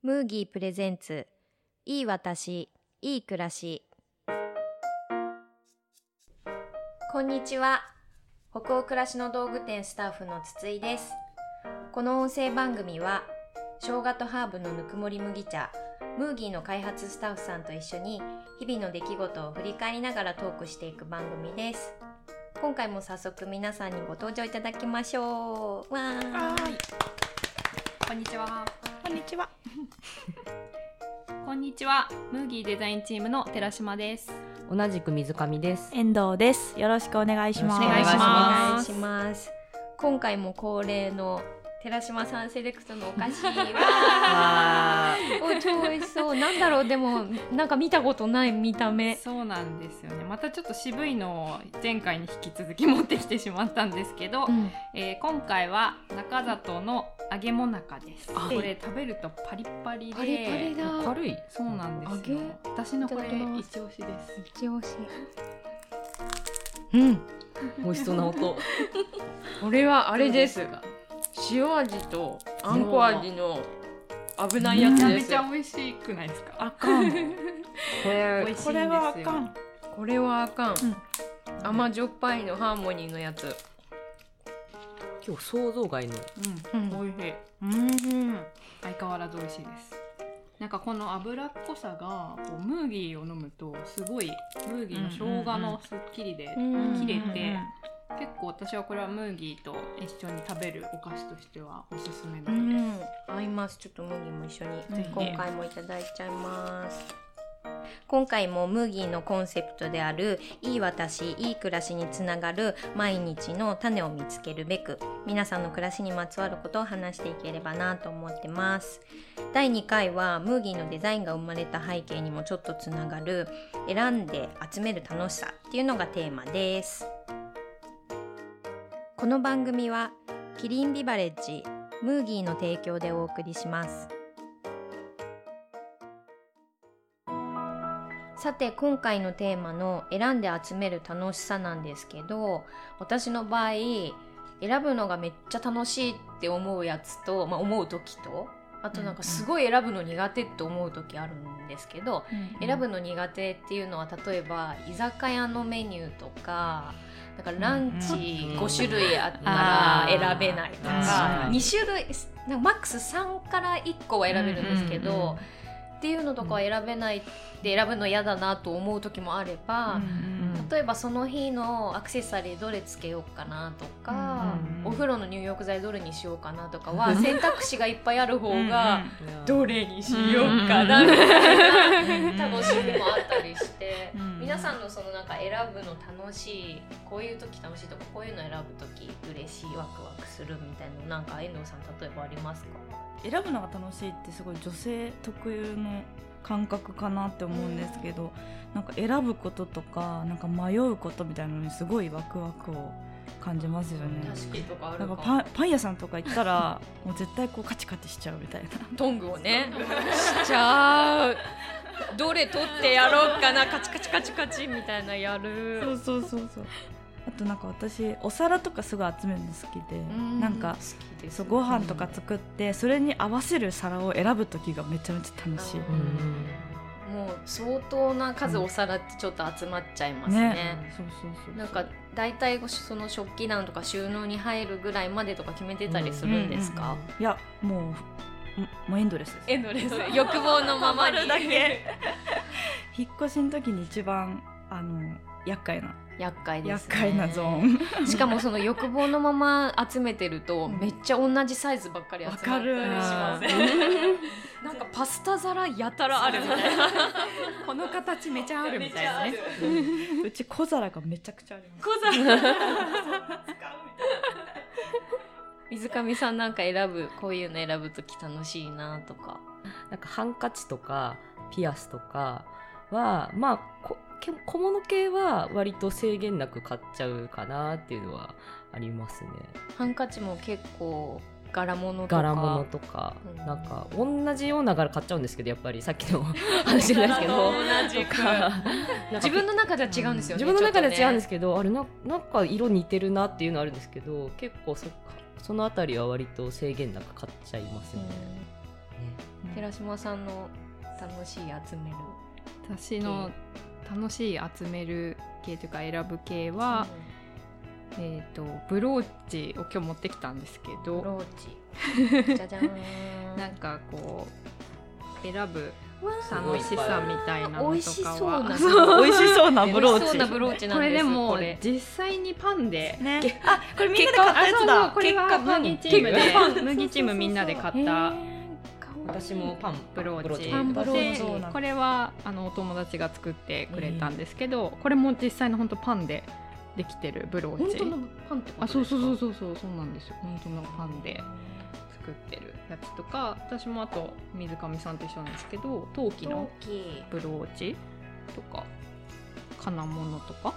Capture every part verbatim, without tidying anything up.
ムーギープレゼンツいい私いい暮らし。こんにちは。北欧暮らしの道具店スタッフの筒井です。この音声番組は生姜とハーブのぬくもり麦茶ムーギーの開発スタッフさんと一緒に日々の出来事を振り返りながらトークしていく番組です。今回も早速皆さんにご登場いただきましょう。わーはい、こんにちは。 こんにちは。 こんにちは。ムーギーデザインチームの寺島です。 同じく水上です。 遠藤です。よろしくお願いします。 お願いします。 お願いします。今回も恒例の寺島さんセレクトのお菓子はお超美味しそう。なんだろう、でもなんか見たことない見た目。 そうなんですよね。またちょっと渋いのを前回に引き続き持ってきてしまったんですけど、うんえー、今回は中里の揚げもなかです。これ食べるとパリパリでパリパリだ。 軽い。 そうなんですよ。私のこれ一押しです。 一押し。 うん美味しそうな音。 これはあれです。塩味とあんこ味の危ないやつです。 めちゃめちゃ美味しくないですか？ あかん。 これ美味しいんですよ。 これはあかん。 これはあかん。 うん、 甘じょっぱいのハーモニーのやつ。 今日想像外の。 うん、うん、美味しい。 うん、 相変わらず美味しいです。なんかこの脂っこさがこうムーギーを飲むとすごいムーギーの生姜のスッキリで切れて、結構私はこれはムーギーと一緒に食べるお菓子としてはおすすめです。うん、 合います。ちょっとムーギーも一緒に今回もいただいちゃいます。今回もムーギーのコンセプトであるいい私いい暮らしにつながる毎日の種を見つけるべく、皆さんの暮らしにまつわることを話していければなと思ってます。だいにかいはムーギーのデザインが生まれた背景にもちょっとつながる選んで集める楽しさっていうのがテーマです。この番組はキリンビバレッジムーギーの提供でお送りします。さて今回のテーマの選んで集める楽しさなんですけど、私の場合選ぶのがめっちゃ楽しいって思うやつと、まあ、思う時と、あとなんかすごい選ぶの苦手って思う時あるんですけど、うんうん、選ぶの苦手っていうのは例えば居酒屋のメニューとか、だからランチご種類あったら選べないとか、に種類なんかマックスさんからいっこは選べるんですけど、うんうんうん、っていうのとかは選べないで選ぶの嫌だなと思う時もあれば、うんうん、例えばその日のアクセサリーどれつけようかなとか、うんうん、お風呂の入浴剤どれにしようかなとかは選択肢がいっぱいある方がどれにしようかなみたいな楽しみもあったりして、うんうん、皆さんのそのなんか選ぶの楽しい、こういう時楽しいとかこういうの選ぶ時嬉しいワクワクするみたいな、なんか遠藤さん例えばありますか？ 選ぶのが楽しいってすごい女性特有の感覚かなって思うんですけど、うん、なんか選ぶこととかなんか迷うことみたいなのにすごいワクワクを感じますよね。 確かにとかあるか。 なんか パン、パン屋さんとか行ったらもう絶対こうカチカチしちゃうみたいなトングをねしちゃう。どれ取ってやろうかな、カチカチカチカチみたいなやる。 そうそうそうそう。あとなんか私お皿とかすごい集めるの好きで、んなんかそうご飯とか作ってそれに合わせる皿を選ぶ時がめちゃめちゃ楽しい。うんもう相当な数お皿ってちょっと集まっちゃいますね。 ね、そうそうそう。 なんかだいたいその食器棚とか収納に入るぐらいまでとか決めてたりするんですか？ うんうんうん、いやもうもうエンドレスです。 エンドレス欲望のままにだけ引っ越しの時に一番あの厄介な厄介ですね。 厄介なゾーンしかもその欲望のまま集めてると、うん、めっちゃ同じサイズばっかり集まったりしません？なんかパスタ皿やたらあるみたいなこの形めちゃあるみたいなね。 うち小皿がめちゃくちゃあります。 小皿水上さんなんか選ぶこういうの選ぶとき楽しいなとか、 なんかハンカチとかピアスとかはまあこ小物系は割と制限なく買っちゃうかなっていうのはありますね。 ハンカチも結構柄物とか柄物とか、うん、なんか同じような柄買っちゃうんですけど、やっぱりさっきの話じゃないですけど同じか自分の中では違うんですよね、 うん、自分の中では違うんですけど、ね、あれ な, なんか色似てるなっていうのあるんですけど、結構 そ, そのあたりは割と制限なく買っちゃいますね。 うんね寺島さんの楽しい集める私の楽しい集める系というか選ぶ系は、うん、えーとブローチを今日持ってきたんですけど、 ブローチじゃじゃーんなんかこう選ぶ楽しさみたいなのとかは美味しそうな美味しそうなブローチ美味しそうなブローチなんです。 これでもこれ実際にパンで、 ね、あこれみんなで買ったやつだ。 あそうそうこれは麦チームで結果麦チームみんなで買った私もパンブローチパンブローチでこれはあのお友達が作ってくれたんですけど、これも実際の本当パンでできてるブローチ。 本当のパンってことあ、 ですか？ そうそうそうそうそうなんですよ。本当のパンで作ってるやつとか、私もあと水上さんと一緒なんですけど陶器の陶器ブローチとか金物とか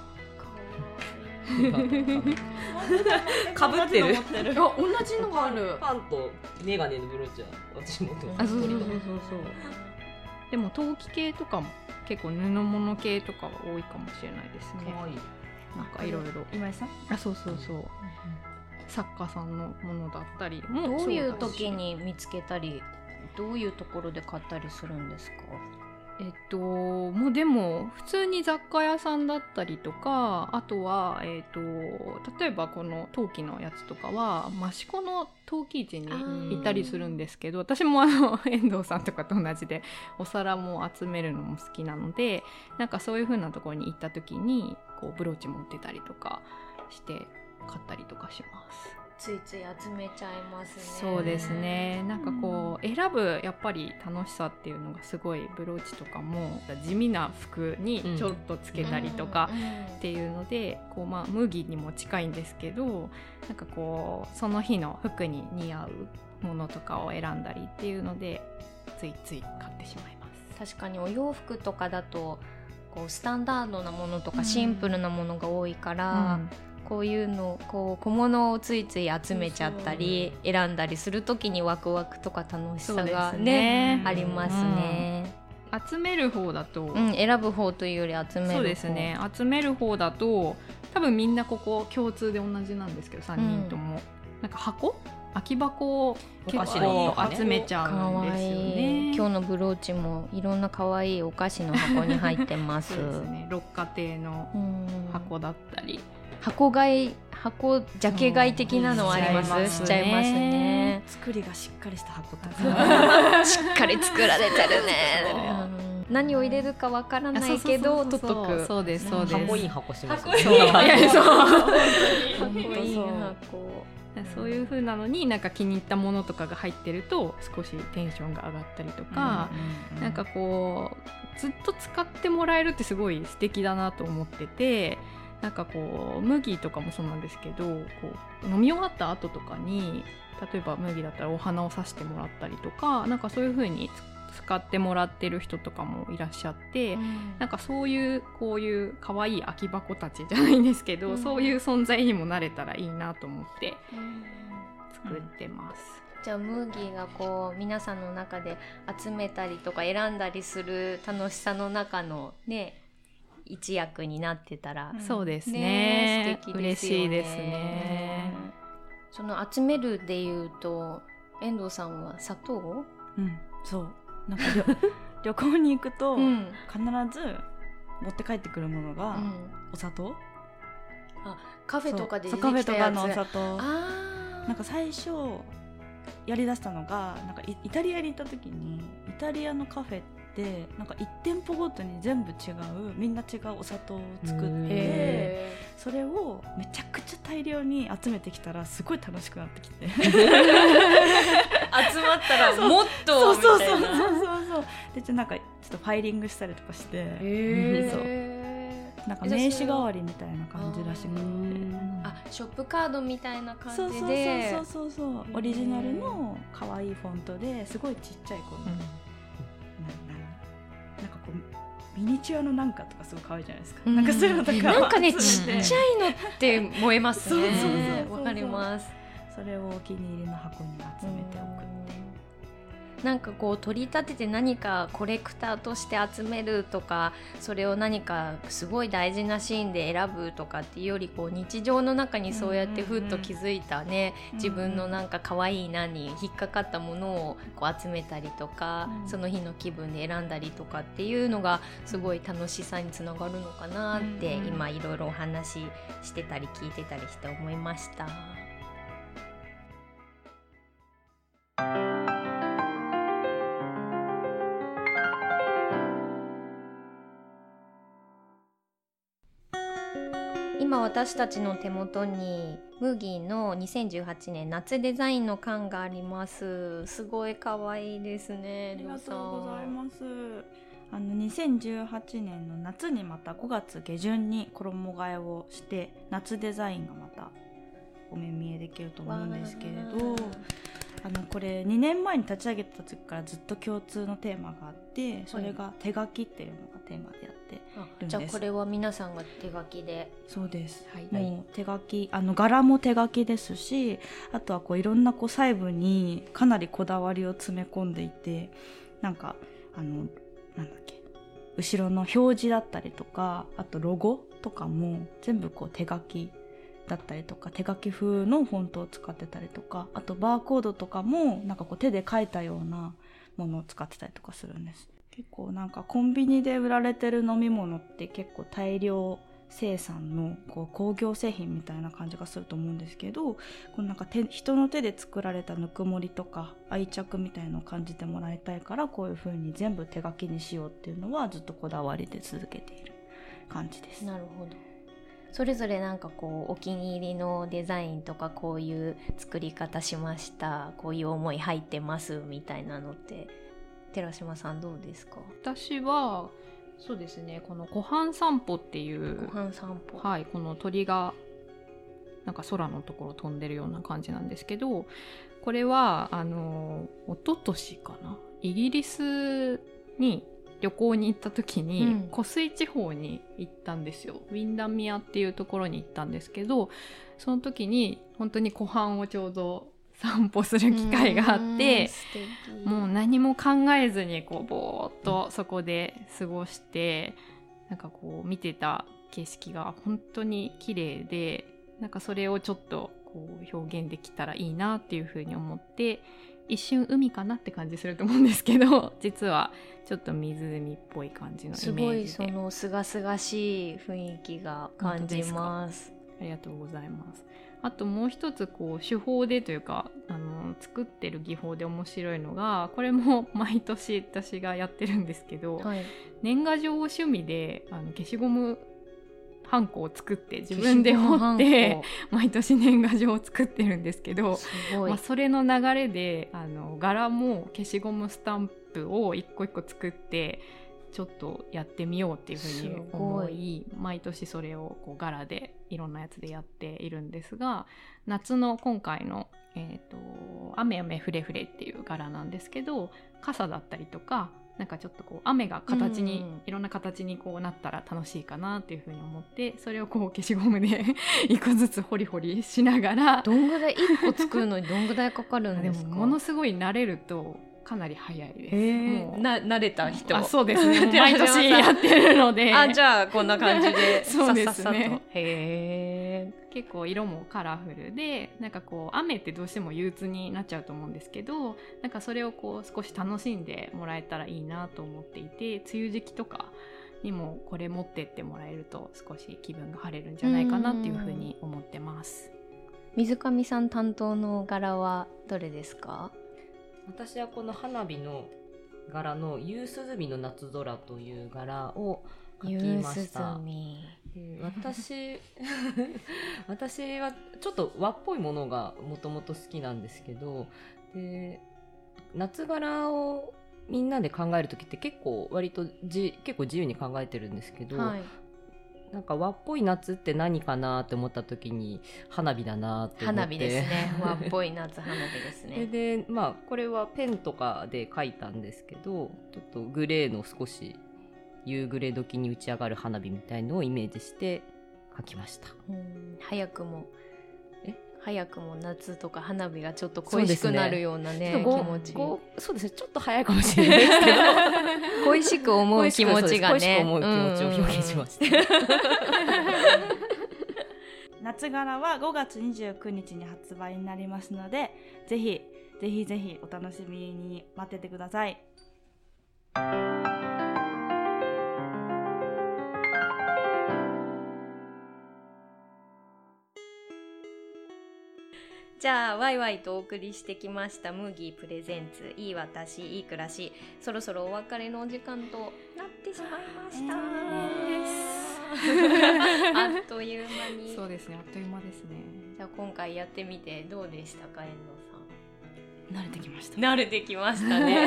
かぶってる。 あ、同じのがある。 パンとメガネのブローチは私持ってます。 あ、そうそうそうそうそう。でも陶器系とかも結構布物系とかは多いかもしれないですね。 可愛い。 なんかいろいろ。 今井さん？ あ、そうそうそう。作家さんのものだったりもどういう時に見つけたり、どういうところで買ったりするんですか？ えっともうでも普通に雑貨屋さんだったりとか、あとは、えっと例えばこの陶器のやつとかは益子の陶器市に行ったりするんですけど、私もあの遠藤さんとかと同じでお皿も集めるのも好きなので、なんかそういう風なところに行った時にこうブローチ持ってたりとかして買ったりとかします。 ついつい集めちゃいますね。 そうですね。なんかこう選ぶやっぱり楽しさっていうのがすごい、ブローチとかも地味な服にちょっとつけたりとかっていうので、こうまあ麦にも近いんですけど、なんかこうその日の服に似合うものとかを選んだりっていうのでついつい買ってしまいます。 確かにお洋服とかだとこうスタンダードなものとかシンプルなものが多いから、うんこういうのこう小物をついつい集めちゃったり選んだりするときにワクワクとか楽しさが ね, ねありますね、 うん、集める方だと、 うん、選ぶ方というより集める方。 そうですね。集める方だと多分みんなここ共通で同じなんですけどさんにんとも、うん、なんか箱空き箱を結構集めちゃうんですよね。 今日のブローチもいろんな可愛いお菓子の箱に入ってます。 そうですね。六花亭の箱だったり、 箱買い箱ジャケ買い的なのはあります。しちゃいますね。 作りがしっかりした箱とかしっかり作られてるね。何を入れるかわからないけど取っとく。 そうですそうです。 箱いい箱します。 箱いい箱。そういう風なのになんか気に入ったものとかが入ってると少しテンションが上がったりとか、うんうんうん、なんかこうずっと使ってもらえるってすごい素敵だなと思ってて、なんかこう麦とかもそうなんですけど、こう飲み終わった後とかに例えば麦だったらお花をさしてもらったりとか、なんかそういう風に使ってもらってる人とかもいらっしゃって、うん、なんかそういうこういう可愛い空き箱たちじゃないんですけど、うん、そういう存在にもなれたらいいなと思って作ってます、 うん、じゃあ麦がこう皆さんの中で集めたりとか選んだりする楽しさの中のね一役になってたら、 うん、そうですね、 素敵ですよね。 嬉しいですね。 その集めるでいうと遠藤さんは砂糖、 うん、そうなんか旅行に行くと、うん、必ず持って帰ってくるものが、うん、お砂糖。 あ、カフェとかで出てきたやつ。カフェとかのお砂糖。あ、なんか最初やりだしたのがなんか イ, イタリアに行った時にイタリアのカフェってなんかいち店舗ごとに全部違うみんな違うお砂糖を作ってそれをめちゃくちゃ大量に集めてきたらすごい楽しくなってきて集まったらもっとみたいな。そうそうそうそうそうでじゃなんかちょっとファイリングしたりとかして、そうなんか名刺代わりみたいな感じらしくて、 あ、ショップカードみたいな感じで、そうそうそうそうそうオリジナルの可愛いフォントですごいちっちゃい子の、うん、な, な, なんかこうミニチュアのなんかとかすごい可愛いじゃないですか、うん、なんかそういうのとかなんかねちっちゃいのって燃えますね。そうそうそうそう、わかります。 それをお気に入りの箱に集めておくっていう。 なんかこう取り立てて何かコレクターとして集めるとか、それを何かすごい大事なシーンで選ぶとかっていうより、こう日常の中にそうやってふっと気づいたね、 うんうん、 自分のなんか可愛いなに引っかかったものをこう集めたりとか、うん、その日の気分で選んだりとかっていうのがすごい楽しさにつながるのかなって、うんうん、今いろいろお話ししてたり聞いてたりして思いました。今私たちの手元にムーギーのにせんじゅうはちねん夏デザインの缶があります。すごい可愛いですね。 ありがとうございます。あのにせんじゅうはちねんの夏にまたごがつげじゅんに衣替えをして夏デザインがまたお目見えできると思うんですけれど、あのこれにねんまえに立ち上げた時からずっと共通のテーマがあって、それが手書きっていうのがテーマでやってるんです。 じゃあこれは皆さんが手書きで。 そうです、はい、 もう手書き、あの柄も手書きですし、あとはこういろんなこう細部にかなりこだわりを詰め込んでいて、なんかあのなんだっけ後ろの表示だったりとか、あとロゴとかも全部こう手書きだったりとか、手書き風のフォントを使ってたりとか、あとバーコードとかもなんかこう手で書いたようなものを使ってたりとかするんです。結構なんかコンビニで売られてる飲み物って結構大量生産のこう工業製品みたいな感じがすると思うんですけど、このなんか手人の手で作られたぬくもりとか愛着みたいなのを感じてもらいたいから、こういう風に全部手書きにしようっていうのはずっとこだわりで続けている感じです。 なるほど。それぞれなんかこうお気に入りのデザインとか、こういう作り方しました、こういう思い入ってますみたいなのって寺島さんどうですか？ 私はそうですね、この湖畔散歩っていう湖畔散歩、 はい、この鳥がなんか空のところ飛んでるような感じなんですけど、これはあの一昨年かな、イギリスに旅行に行った時に、うん、湖水地方に行ったんですよ。ウィンダミアっていうところに行ったんですけど、その時に本当に湖畔をちょうど散歩する機会があって、もう何も考えずにこうぼーっとそこで過ごして、なんかこう見てた景色が本当に綺麗で、なんかそれをちょっとこう表現できたらいいなっていうふうに思って、一瞬海かなって感じすると思うんですけど、実はちょっと湖っぽい感じのイメージで、 すごいそのすがすがしい雰囲気が感じます。 ありがとうございます。あともう一つこう手法でというか、あの作ってる技法で面白いのが、これも毎年私がやってるんですけど、はい、年賀状を趣味であの消しゴムハンコを作って自分で彫って毎年年賀状を作ってるんですけど、すごい、まあ、それの流れであの柄も消しゴムスタンプを一個一個作ってちょっとやってみようっていうふうに思い、毎年それをこう柄でいろんなやつでやっているんですが、夏の今回の、えーと、雨雨ふれふれっていう柄なんですけど、傘だったりとか、なんかちょっとこう雨が形に、うんうん、いろんな形にこうなったら楽しいかなっていうふうに思って、それをこう消しゴムで一個ずつホリホリしながら。 どんぐらいいっこ作るのにどんぐらいかかるんですか？ でもものすごい慣れるとかなり早いです。もうな慣れた人。 あ、そうですね。毎年やってるので。 あ、じゃあこんな感じでそうですね。 さっさっさと。へー。 結構色もカラフルで、なんかこう雨ってどうしても憂鬱になっちゃうと思うんですけど、なんかそれをこう少し楽しんでもらえたらいいなと思っていて、梅雨時期とかにもこれ持ってってもらえると少し気分が晴れるんじゃないかなっていうふうに思ってます。 水上さん担当の柄はどれですか？ 私はこの花火の柄の夕涼みの夏空という柄を描きました。私私はちょっと和っぽいものがもともと好きなんですけど、で夏柄をみんなで考えるときって結構割とじ結構自由に考えてるんですけど、はい、なんか和っぽい夏って何かなって思った時に花火だなって思って。 花火ですね。和っぽい夏花火ですね。 で、まあこれはペンとかで描いたんですけど、ちょっとグレーの少し夕暮れ時に打ち上がる花火みたいのをイメージして描きました。 うん、早くもえ早くも夏とか花火がちょっと恋しくなるようなね、気持ち。 そうですね、ちょっと早いかもしれないですけど恋しく思う気持ちがね、 恋しく思う気持ちを表現しました。 夏柄はごがつにじゅうくにちに発売になりますので、ぜひぜひぜひお楽しみに待っててください。 じゃあワイワイとお送りしてきましたムーギープレゼンツいい私いい暮らし、そろそろお別れのお時間となってしまいました、えー、あっという間に。 そうですね、あっという間ですね。 じゃあ今回やってみてどうでしたか、遠藤さん。 慣れてきました。 慣れてきましたね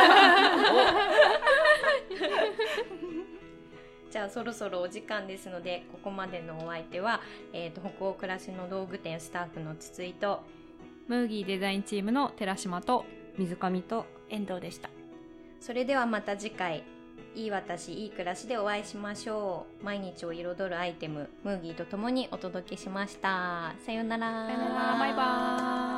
じゃあそろそろお時間ですので、ここまでのお相手は、えー、と北欧暮らしの道具店スタッフの筒井とムーギーデザインチームの寺島と水上と遠藤でした。 それではまた次回、いい私いい暮らしでお会いしましょう。毎日を彩るアイテムムーギーとともにお届けしました。さようなら。 さようなら、バイバーイ。